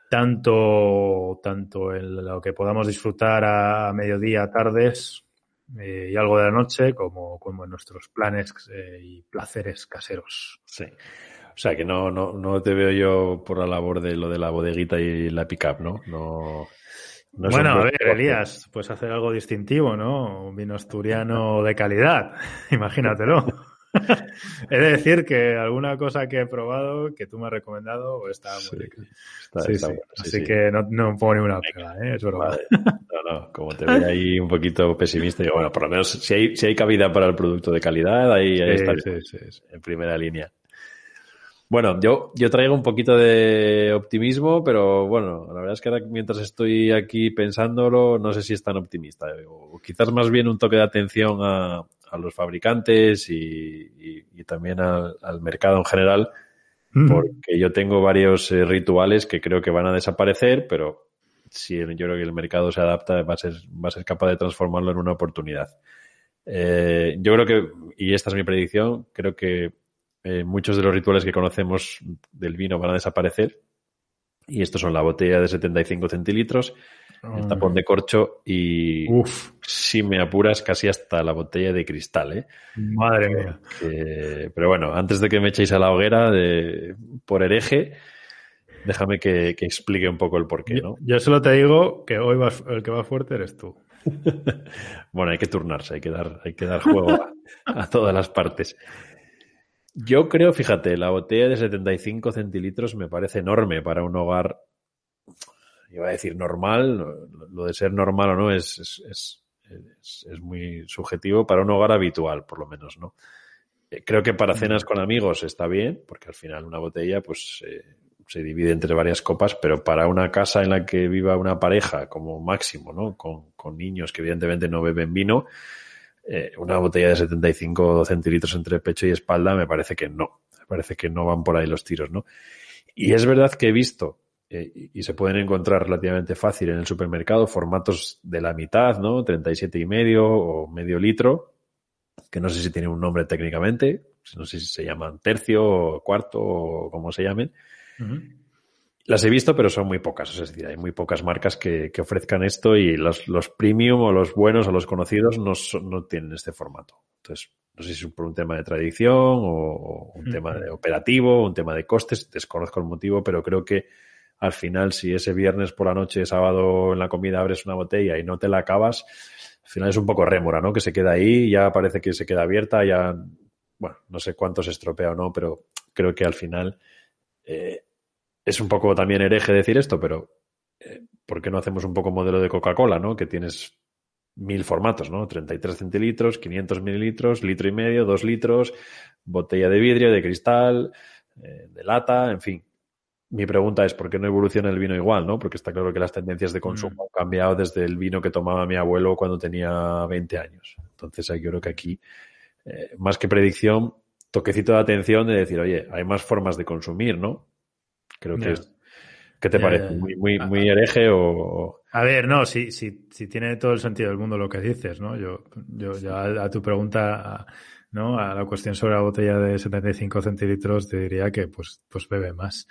Tanto, tanto en lo que podamos disfrutar a mediodía, tardes eh, y algo de la noche, como, como en nuestros planes eh, y placeres caseros. Sí. O sea, que no, no, no te veo yo por la labor de lo de la bodeguita y la pick-up, ¿no? No, no bueno, a ver, Elías, puedes hacer algo distintivo, ¿no? Un vino asturiano de calidad, imagínatelo. He de decir que alguna cosa que he probado, que tú me has recomendado, está muy sí, rica. Está, sí, está sí. Bueno, sí, Así sí. que no, no pongo ninguna pega, ¿eh? Es broma. Vale. No, no, como te veo ahí un poquito pesimista, digo, bueno, por lo menos si hay, si hay cabida para el producto de calidad, ahí, sí, ahí está sí, sí, sí. en primera línea. Bueno, yo, yo traigo un poquito de optimismo, pero bueno, la verdad es que ahora mientras estoy aquí pensándolo, no sé si es tan optimista. O quizás más bien un toque de atención a, a los fabricantes y, y, y también al, al mercado en general, porque yo tengo varios eh, rituales que creo que van a desaparecer, pero si yo creo que el mercado se adapta, va a ser, va a ser capaz de transformarlo en una oportunidad. Eh, yo creo que, y esta es mi predicción, creo que Eh, muchos de los rituales que conocemos del vino van a desaparecer y estos son la botella de setenta y cinco centilitros, el tapón de corcho y, Uf. si me apuras, casi hasta la botella de cristal, ¿eh? Madre mía. Que, pero bueno, antes de que me echéis a la hoguera de, por hereje, déjame que, que explique un poco el porqué, ¿no? Yo, yo solo te digo que hoy vas, el que va fuerte eres tú. Bueno, hay que turnarse, hay que dar, hay que dar juego a, a todas las partes. Yo creo, fíjate, la botella de setenta y cinco centilitros me parece enorme para un hogar, iba a decir normal, lo de ser normal o no es, es, es, es, es muy subjetivo, para un hogar habitual, por lo menos, ¿no? Creo que para cenas con amigos está bien, porque al final una botella pues eh, se divide entre varias copas, pero para una casa en la que viva una pareja como máximo, ¿no? Con, con niños que evidentemente no beben vino, Eh, una botella de setenta y cinco centilitros entre pecho y espalda, me parece que no. Me parece que no van por ahí los tiros, ¿no? Y es verdad que he visto, eh, y se pueden encontrar relativamente fácil en el supermercado, formatos de la mitad, ¿no? treinta y siete y medio o medio litro, que no sé si tiene un nombre técnicamente, no sé si se llaman tercio o cuarto o como se llamen. Uh-huh. Las he visto, pero son muy pocas. Es decir, hay muy pocas marcas que, que ofrezcan esto y los, los premium o los buenos o los conocidos no, son, no tienen este formato. Entonces, no sé si es por un tema de tradición o, o un uh-huh. tema de operativo, un tema de costes. Desconozco el motivo, pero creo que al final, si ese viernes por la noche, sábado en la comida abres una botella y no te la acabas, al final es un poco rémora, ¿no? Que se queda ahí, ya parece que se queda abierta, ya, bueno, no sé cuánto se estropea o no, pero creo que al final... Eh, Es un poco también hereje decir esto, pero eh, ¿por qué no hacemos un poco modelo de Coca-Cola, ¿no? Que tienes mil formatos, ¿no? treinta y tres centilitros, quinientos mililitros, litro y medio, dos litros, botella de vidrio, de cristal, eh, de lata, en fin. Mi pregunta es, ¿por qué no evoluciona el vino igual, no? Porque está claro que las tendencias de consumo mm. han cambiado desde el vino que tomaba mi abuelo cuando tenía veinte años. Entonces, yo creo que aquí, eh, más que predicción, toquecito de atención de decir, oye, hay más formas de consumir, ¿no? Creo que yeah. es... ¿Qué te yeah, parece? yeah. ¿Muy, muy, muy hereje o...? A ver, no, sí, sí, sí tiene todo el sentido del mundo lo que dices, ¿no? Yo, yo ya a, a tu pregunta, ¿no? A la cuestión sobre la botella de setenta y cinco centilitros te diría que pues, pues bebe más.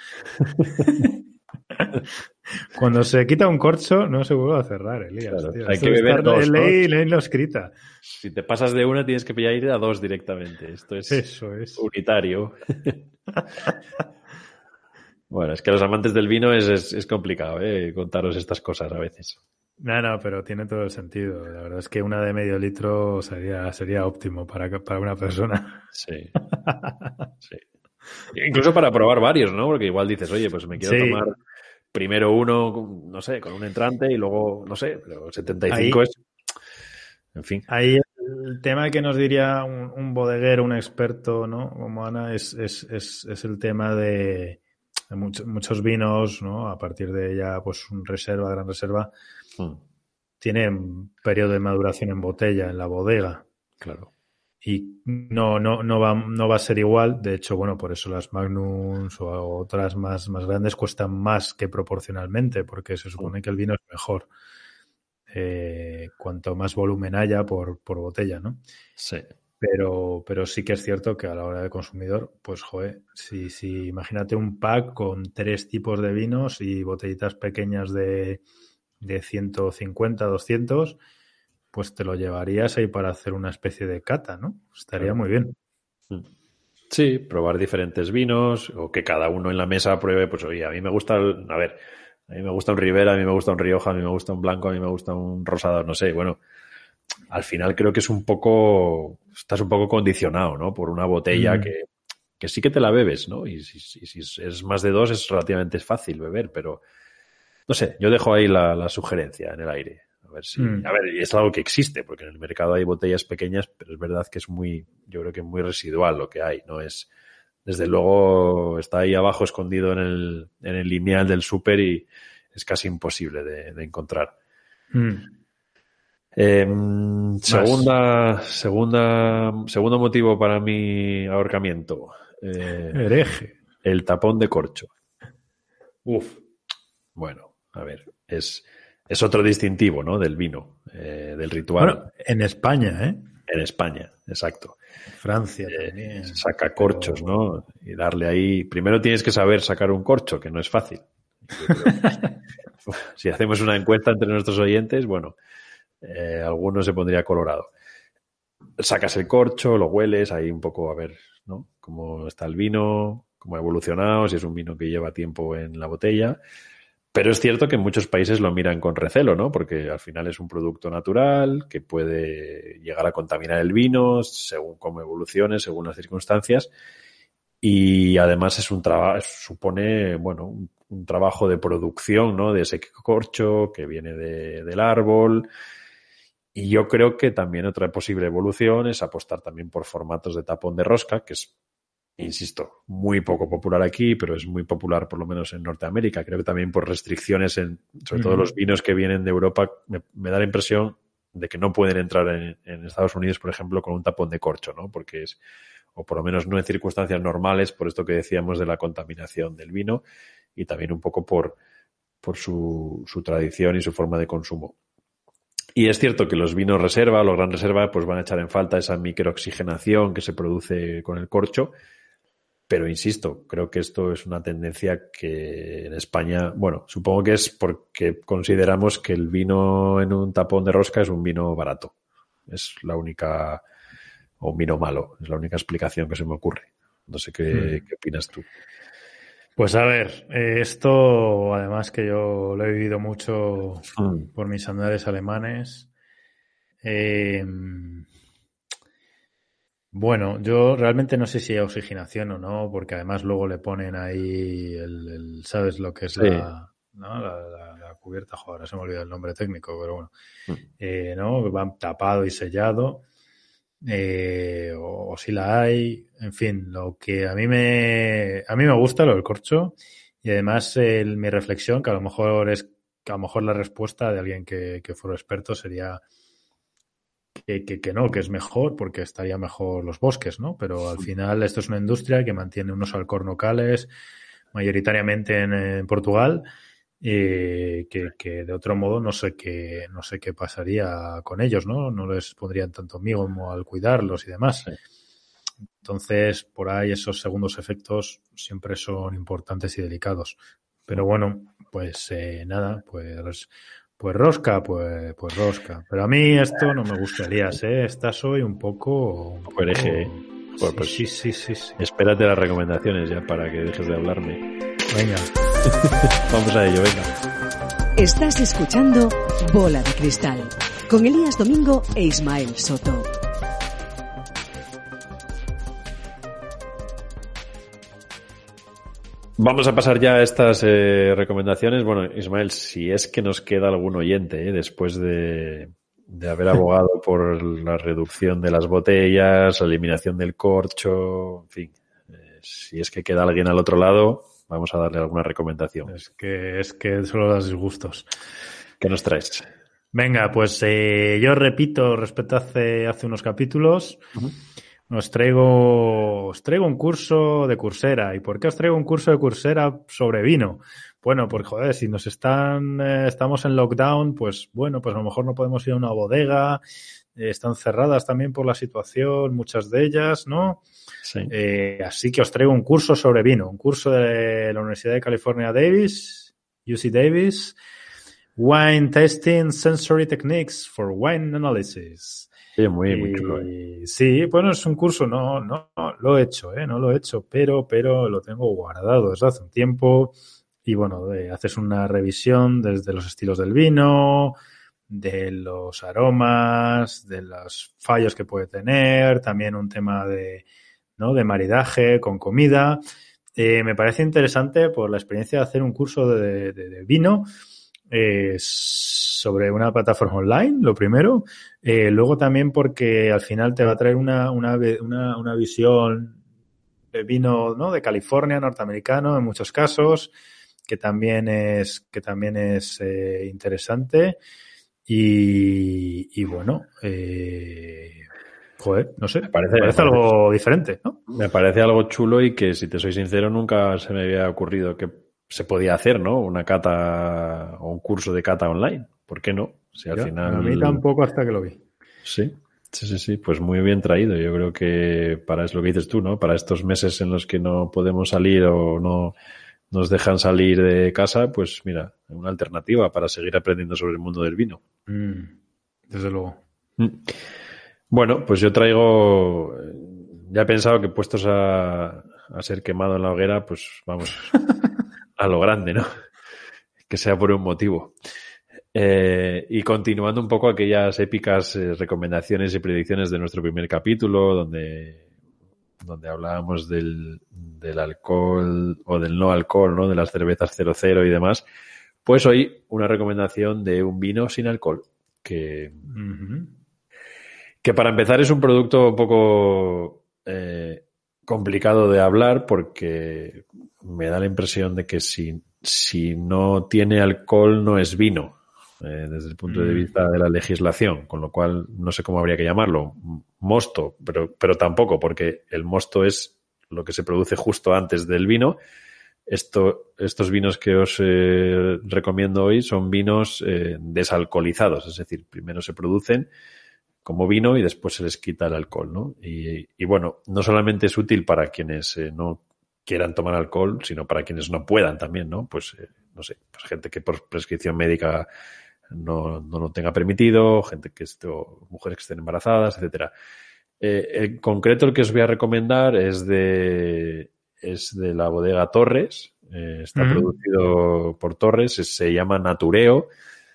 Cuando se quita un corcho no se vuelve a cerrar, Elías. Claro, tío. hay que beber dos, ¿no? Ley, ley no escrita. Si te pasas de una tienes que pillar ir a dos directamente. Esto es, Eso es. unitario. Bueno, es que a los amantes del vino es, es, es complicado, ¿eh? Contaros estas cosas a veces. No, no, pero tiene todo el sentido. La verdad es que una de medio litro sería, sería óptimo para, para una persona. Sí. Sí. Incluso para probar varios, ¿no? Porque igual dices, oye, pues me quiero sí. tomar primero uno, no sé, con un entrante y luego, no sé, pero setenta y cinco ahí, es... En fin. Ahí el tema que nos diría un, un bodeguero, un experto, ¿no? Como Ana, es, es, es, es el tema de... Muchos, muchos vinos, ¿no? A partir de ya, pues, un reserva, gran reserva, hmm. tienen periodo de maduración en botella, en la bodega. Claro. y no, no, no va, no va a ser igual. De hecho, bueno, por eso las Magnums o otras más, más grandes cuestan más que proporcionalmente, porque se supone que el vino es mejor. Eh, cuanto más volumen haya por, por botella, ¿no? Sí. Pero, pero sí que es cierto que a la hora de consumidor, pues joder, si, si imagínate un pack con tres tipos de vinos y botellitas pequeñas de, de ciento cincuenta, doscientos, pues te lo llevarías ahí para hacer una especie de cata, ¿no? Estaría Claro. muy bien. Sí, probar diferentes vinos o que cada uno en la mesa pruebe, pues oye, a mí me gusta, el, a ver, a mí me gusta un Ribera, a mí me gusta un Rioja, a mí me gusta un Blanco, a mí me gusta un Rosado, no sé, bueno, al final creo que es un poco, estás un poco condicionado, ¿no? Por una botella Mm. que, que sí que te la bebes, ¿no? Y si, si, si es más de dos es relativamente fácil beber, pero no sé, yo dejo ahí la, la sugerencia en el aire. A ver si, Mm. a ver, y es algo que existe, porque en el mercado hay botellas pequeñas, pero es verdad que es muy, yo creo que muy residual lo que hay, no es, desde luego está ahí abajo escondido en el, en el lineal del súper y es casi imposible de, de encontrar. Mm. Eh, segunda, segunda, segundo motivo para mi ahorcamiento. Eh, Hereje. el tapón de corcho. Uf. Bueno, a ver, es, es otro distintivo, ¿no? Del vino, eh, del ritual. Bueno, en España, ¿eh? En España, exacto. Francia Eh, también. saca corchos, pero... ¿no? Y darle ahí... Primero tienes que saber sacar un corcho, que no es fácil. Yo creo que, si hacemos una encuesta entre nuestros oyentes, bueno, eh, alguno se pondría colorado. Sacas el corcho, lo hueles, ahí un poco a ver, ¿no? Cómo está el vino, cómo ha evolucionado, si es un vino que lleva tiempo en la botella. Pero es cierto que en muchos países lo miran con recelo, ¿no? Porque al final es un producto natural que puede llegar a contaminar el vino según cómo evolucione, según las circunstancias. Y además es un trabajo, supone, bueno, un, un trabajo de producción, ¿no? De ese corcho que viene de, del árbol. Y yo creo que también otra posible evolución es apostar también por formatos de tapón de rosca, que es, insisto, muy poco popular aquí, pero es muy popular por lo menos en Norteamérica. Creo que también por restricciones, en, sobre todo los vinos que vienen de Europa, me, me da la impresión de que no pueden entrar en, en Estados Unidos, por ejemplo, con un tapón de corcho, ¿no? Porque es, o por lo menos no en circunstancias normales, por esto que decíamos de la contaminación del vino y también un poco por, por su, su tradición y su forma de consumo. Y es cierto que los vinos reserva, los gran reserva, pues van a echar en falta esa microoxigenación que se produce con el corcho. Pero insisto, creo que esto es una tendencia que en España, bueno, supongo que es porque consideramos que el vino en un tapón de rosca es un vino barato. Es la única, o un vino malo, es la única explicación que se me ocurre. No sé qué, hmm. qué opinas tú. Pues a ver, eh, esto además que yo lo he vivido mucho hmm. por mis andares alemanes. Eh, Bueno, yo realmente no sé si hay oxigenación o no, porque además luego le ponen ahí el, el ¿sabes lo que es sí. la, ¿no? la, la, la cubierta? Joder, se me olvidó el nombre técnico, pero bueno, mm. eh, ¿no? Va tapado y sellado, eh, o, o si la hay, en fin, lo que a mí me, a mí me gusta lo del corcho y además el, mi reflexión, que a lo mejor es, que a lo mejor la respuesta de alguien que, que fuera experto sería Que, que, que no, que es mejor porque estaría mejor los bosques, ¿no? Pero al final esto es una industria que mantiene unos alcornocales mayoritariamente en, en Portugal eh, que, que de otro modo no sé qué no sé qué pasaría con ellos, ¿no? No les pondrían tanto mimo al cuidarlos y demás. Sí. Entonces, por ahí esos segundos efectos siempre son importantes y delicados. Pero bueno, pues eh, nada, pues... Pues rosca, pues, pues rosca. Pero a mí esto no me gustaría, ¿eh? Esta soy un poco... Un poco hereje. Joder, pues sí, sí, sí, sí. Espérate las recomendaciones ya para que dejes de hablarme. Venga. Vamos a ello, venga. Estás escuchando Bola de Cristal con Elías Domingo e Ismael Soto. Vamos a pasar ya a estas eh, recomendaciones. Bueno, Ismael, si es que nos queda algún oyente, ¿eh? Después de, de haber abogado por la reducción de las botellas, la eliminación del corcho, en fin, eh, si es que queda alguien al otro lado, vamos a darle alguna recomendación. Es que es que solo das disgustos. ¿Qué nos traes? Venga, pues eh, yo repito respecto a hace, hace unos capítulos. Uh-huh. Os traigo, os traigo un curso de Coursera. ¿Y por qué os traigo un curso de Coursera sobre vino? Bueno, pues joder, si nos están, eh, estamos en lockdown, pues bueno, pues a lo mejor no podemos ir a una bodega, eh, están cerradas también por la situación, muchas de ellas, ¿no? Sí. Eh, así que os traigo un curso sobre vino, un curso de la Universidad de California Davis, U C Davis, Wine Tasting Sensory Techniques for Wine Analysis. Sí, muy, muy chulo. ¿eh? Sí, bueno, es un curso, no, no, no lo he hecho, ¿eh? No lo he hecho, pero, pero lo tengo guardado desde hace un tiempo. Y bueno, eh, haces una revisión desde los estilos del vino, de los aromas, de los fallos que puede tener, también un tema de, ¿no? de maridaje con comida. Eh, me parece interesante por la experiencia de hacer un curso de, de, de vino eh, sobre una plataforma online, lo primero. Eh, luego también porque al final te va a traer una, una, una, una visión de vino, ¿no? de California, norteamericano en muchos casos, que también es que también es eh, interesante y, y bueno, eh, joder, no sé, me parece, me parece, me parece algo diferente, ¿no? Me parece algo chulo y que, si te soy sincero, nunca se me había ocurrido que se podía hacer, ¿no? Una cata o un curso de cata online. ¿Por qué no? Si al ya, final... A mí tampoco hasta que lo vi. Sí, sí, sí, sí, pues muy bien traído. Yo creo que para es lo que dices tú, ¿no? Para estos meses en los que no podemos salir o no nos dejan salir de casa, pues mira, una alternativa para seguir aprendiendo sobre el mundo del vino. Mm, desde luego. Mm. Bueno, pues yo traigo, ya he pensado que puestos a, a ser quemado en la hoguera, pues vamos a lo grande, ¿no? Que sea por un motivo. Eh, y continuando un poco aquellas épicas eh, recomendaciones y predicciones de nuestro primer capítulo, donde donde hablábamos del, del alcohol o del no alcohol, ¿no? De las cervezas cero cero y demás. Pues hoy una recomendación de un vino sin alcohol, que, uh-huh. que para empezar es un producto un poco eh, complicado de hablar, porque me da la impresión de que si, si no tiene alcohol no es vino, eh, desde el punto uh-huh. de vista de la legislación, con lo cual no sé cómo habría que llamarlo. Mosto, pero, pero tampoco, porque el mosto es lo que se produce justo antes del vino. Esto, estos vinos que os eh, recomiendo hoy son vinos eh, desalcoholizados, es decir, primero se producen como vino y después se les quita el alcohol, ¿no? Y, y bueno, no solamente es útil para quienes eh, no quieran tomar alcohol, sino para quienes no puedan también, ¿no? Pues, eh, no sé, pues gente que por prescripción médica no, no lo tenga permitido, gente que esté, o mujeres que estén embarazadas, etcétera. Eh, en concreto, el que os voy a recomendar es de, es de la bodega Torres. Eh, está uh-huh. producido por Torres, se llama Natureo.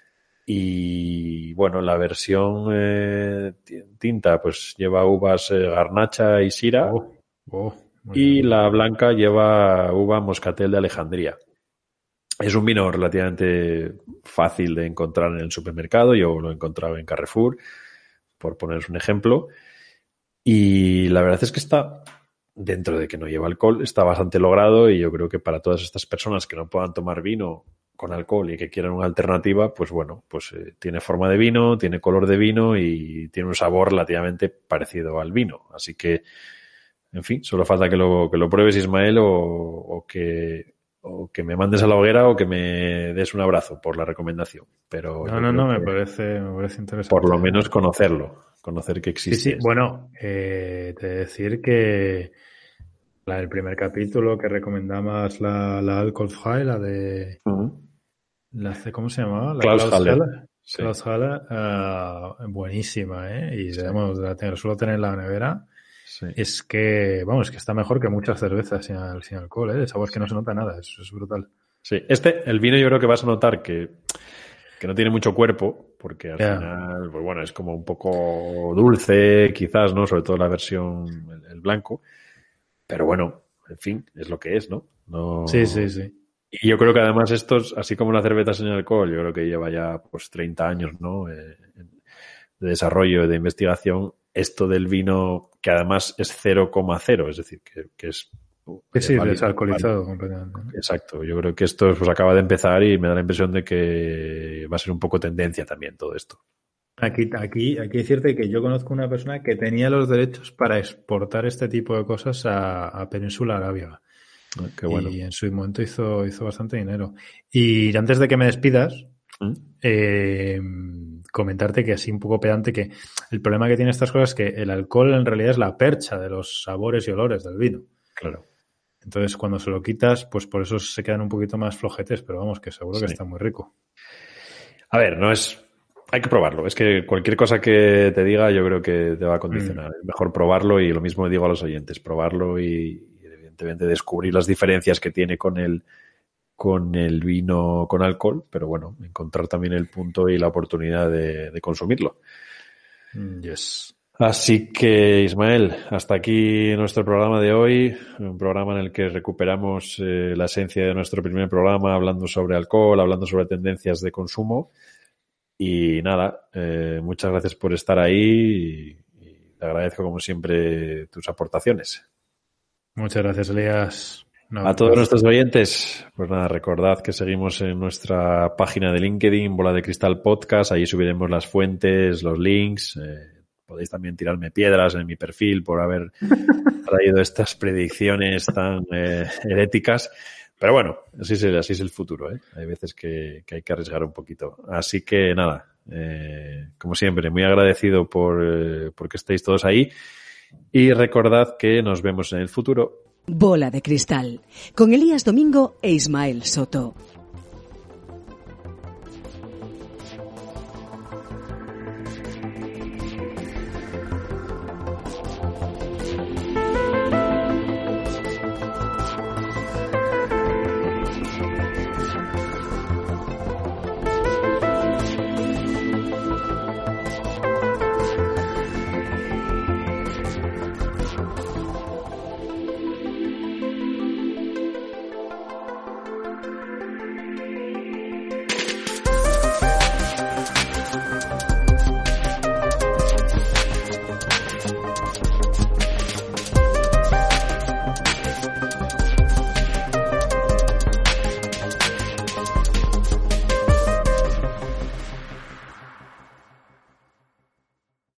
Y bueno, la versión eh, tinta pues lleva uvas eh, garnacha y syrah. Oh, oh, y bien. La blanca lleva uva moscatel de Alejandría. Es un vino relativamente fácil de encontrar en el supermercado. Yo lo he encontrado en Carrefour, por poneros un ejemplo. Y la verdad es que está, dentro de que no lleva alcohol, está bastante logrado, y yo creo que para todas estas personas que no puedan tomar vino con alcohol y que quieran una alternativa, pues bueno, pues eh, tiene forma de vino, tiene color de vino y tiene un sabor relativamente parecido al vino. Así que, en fin, solo falta que lo, que lo pruebes, Ismael, o, o que... o que me mandes a la hoguera o que me des un abrazo por la recomendación. Pero no, no, no, me parece, me parece interesante. Por lo menos conocerlo, conocer que existe. Sí, sí, bueno, eh, te decir que la del primer capítulo que recomendabas, la, la Alcohol High, la de... Uh-huh. La, ¿Cómo se llamaba? La Klaus Haller. Sí. Klaus Haller, uh, buenísima, ¿eh? Y sí. debemos de la tener, suelo tener en la nevera. Sí. Es que, vamos, que está mejor que muchas cervezas sin, sin alcohol, ¿eh? El sabor es que no se nota nada, es, es brutal. Sí, este, el vino yo creo que vas a notar que, que no tiene mucho cuerpo, porque al yeah. final, pues bueno, es como un poco dulce, quizás, ¿no? Sobre todo la versión, el, el blanco. Pero bueno, en fin, es lo que es, ¿no? no... Sí, sí, sí. Y yo creo que además estos, así como la cerveza sin alcohol, yo creo que lleva ya pues treinta años, ¿no? Eh, de desarrollo, de investigación. Esto del vino, que además es cero coma cero, es decir, que, que es Sí, sí, desalcoholizado completamente, ¿no? Exacto. Yo creo que esto pues acaba de empezar y me da la impresión de que va a ser un poco tendencia también todo esto. Aquí, aquí, aquí es cierto que yo conozco una persona que tenía los derechos para exportar este tipo de cosas a, a Península Arábiga. Ah, qué bueno. Y en su momento hizo, hizo bastante dinero. Y antes de que me despidas, ¿Mm? eh, comentarte que así un poco pedante que el problema que tiene estas cosas es que el alcohol en realidad es la percha de los sabores y olores del vino. Claro. Entonces cuando se lo quitas, pues por eso se quedan un poquito más flojetes, pero vamos, que seguro sí. que está muy rico. A ver, no es... Hay que probarlo. Es que cualquier cosa que te diga yo creo que te va a condicionar. Mm. Es mejor probarlo y lo mismo digo a los oyentes, probarlo y, y evidentemente descubrir las diferencias que tiene con el, con el vino con alcohol, pero bueno, encontrar también el punto y la oportunidad de, de consumirlo. Yes. Así que, Ismael, hasta aquí nuestro programa de hoy, un programa en el que recuperamos eh, la esencia de nuestro primer programa, hablando sobre alcohol, hablando sobre tendencias de consumo. Y nada, eh, muchas gracias por estar ahí y, y te agradezco como siempre tus aportaciones. Muchas gracias, Elías. No, a todos no. nuestros oyentes, pues nada, recordad que seguimos en nuestra página de LinkedIn, Bola de Cristal Podcast, ahí subiremos las fuentes, los links, eh, podéis también tirarme piedras en mi perfil por haber traído estas predicciones tan eh, heréticas. Pero bueno, así es el, así es el futuro, ¿eh? Hay veces que, que hay que arriesgar un poquito. Así que nada, eh, como siempre, muy agradecido por, eh, por que estéis todos ahí y recordad que nos vemos en el futuro. Bola de Cristal, con Elías Domingo e Ismael Soto.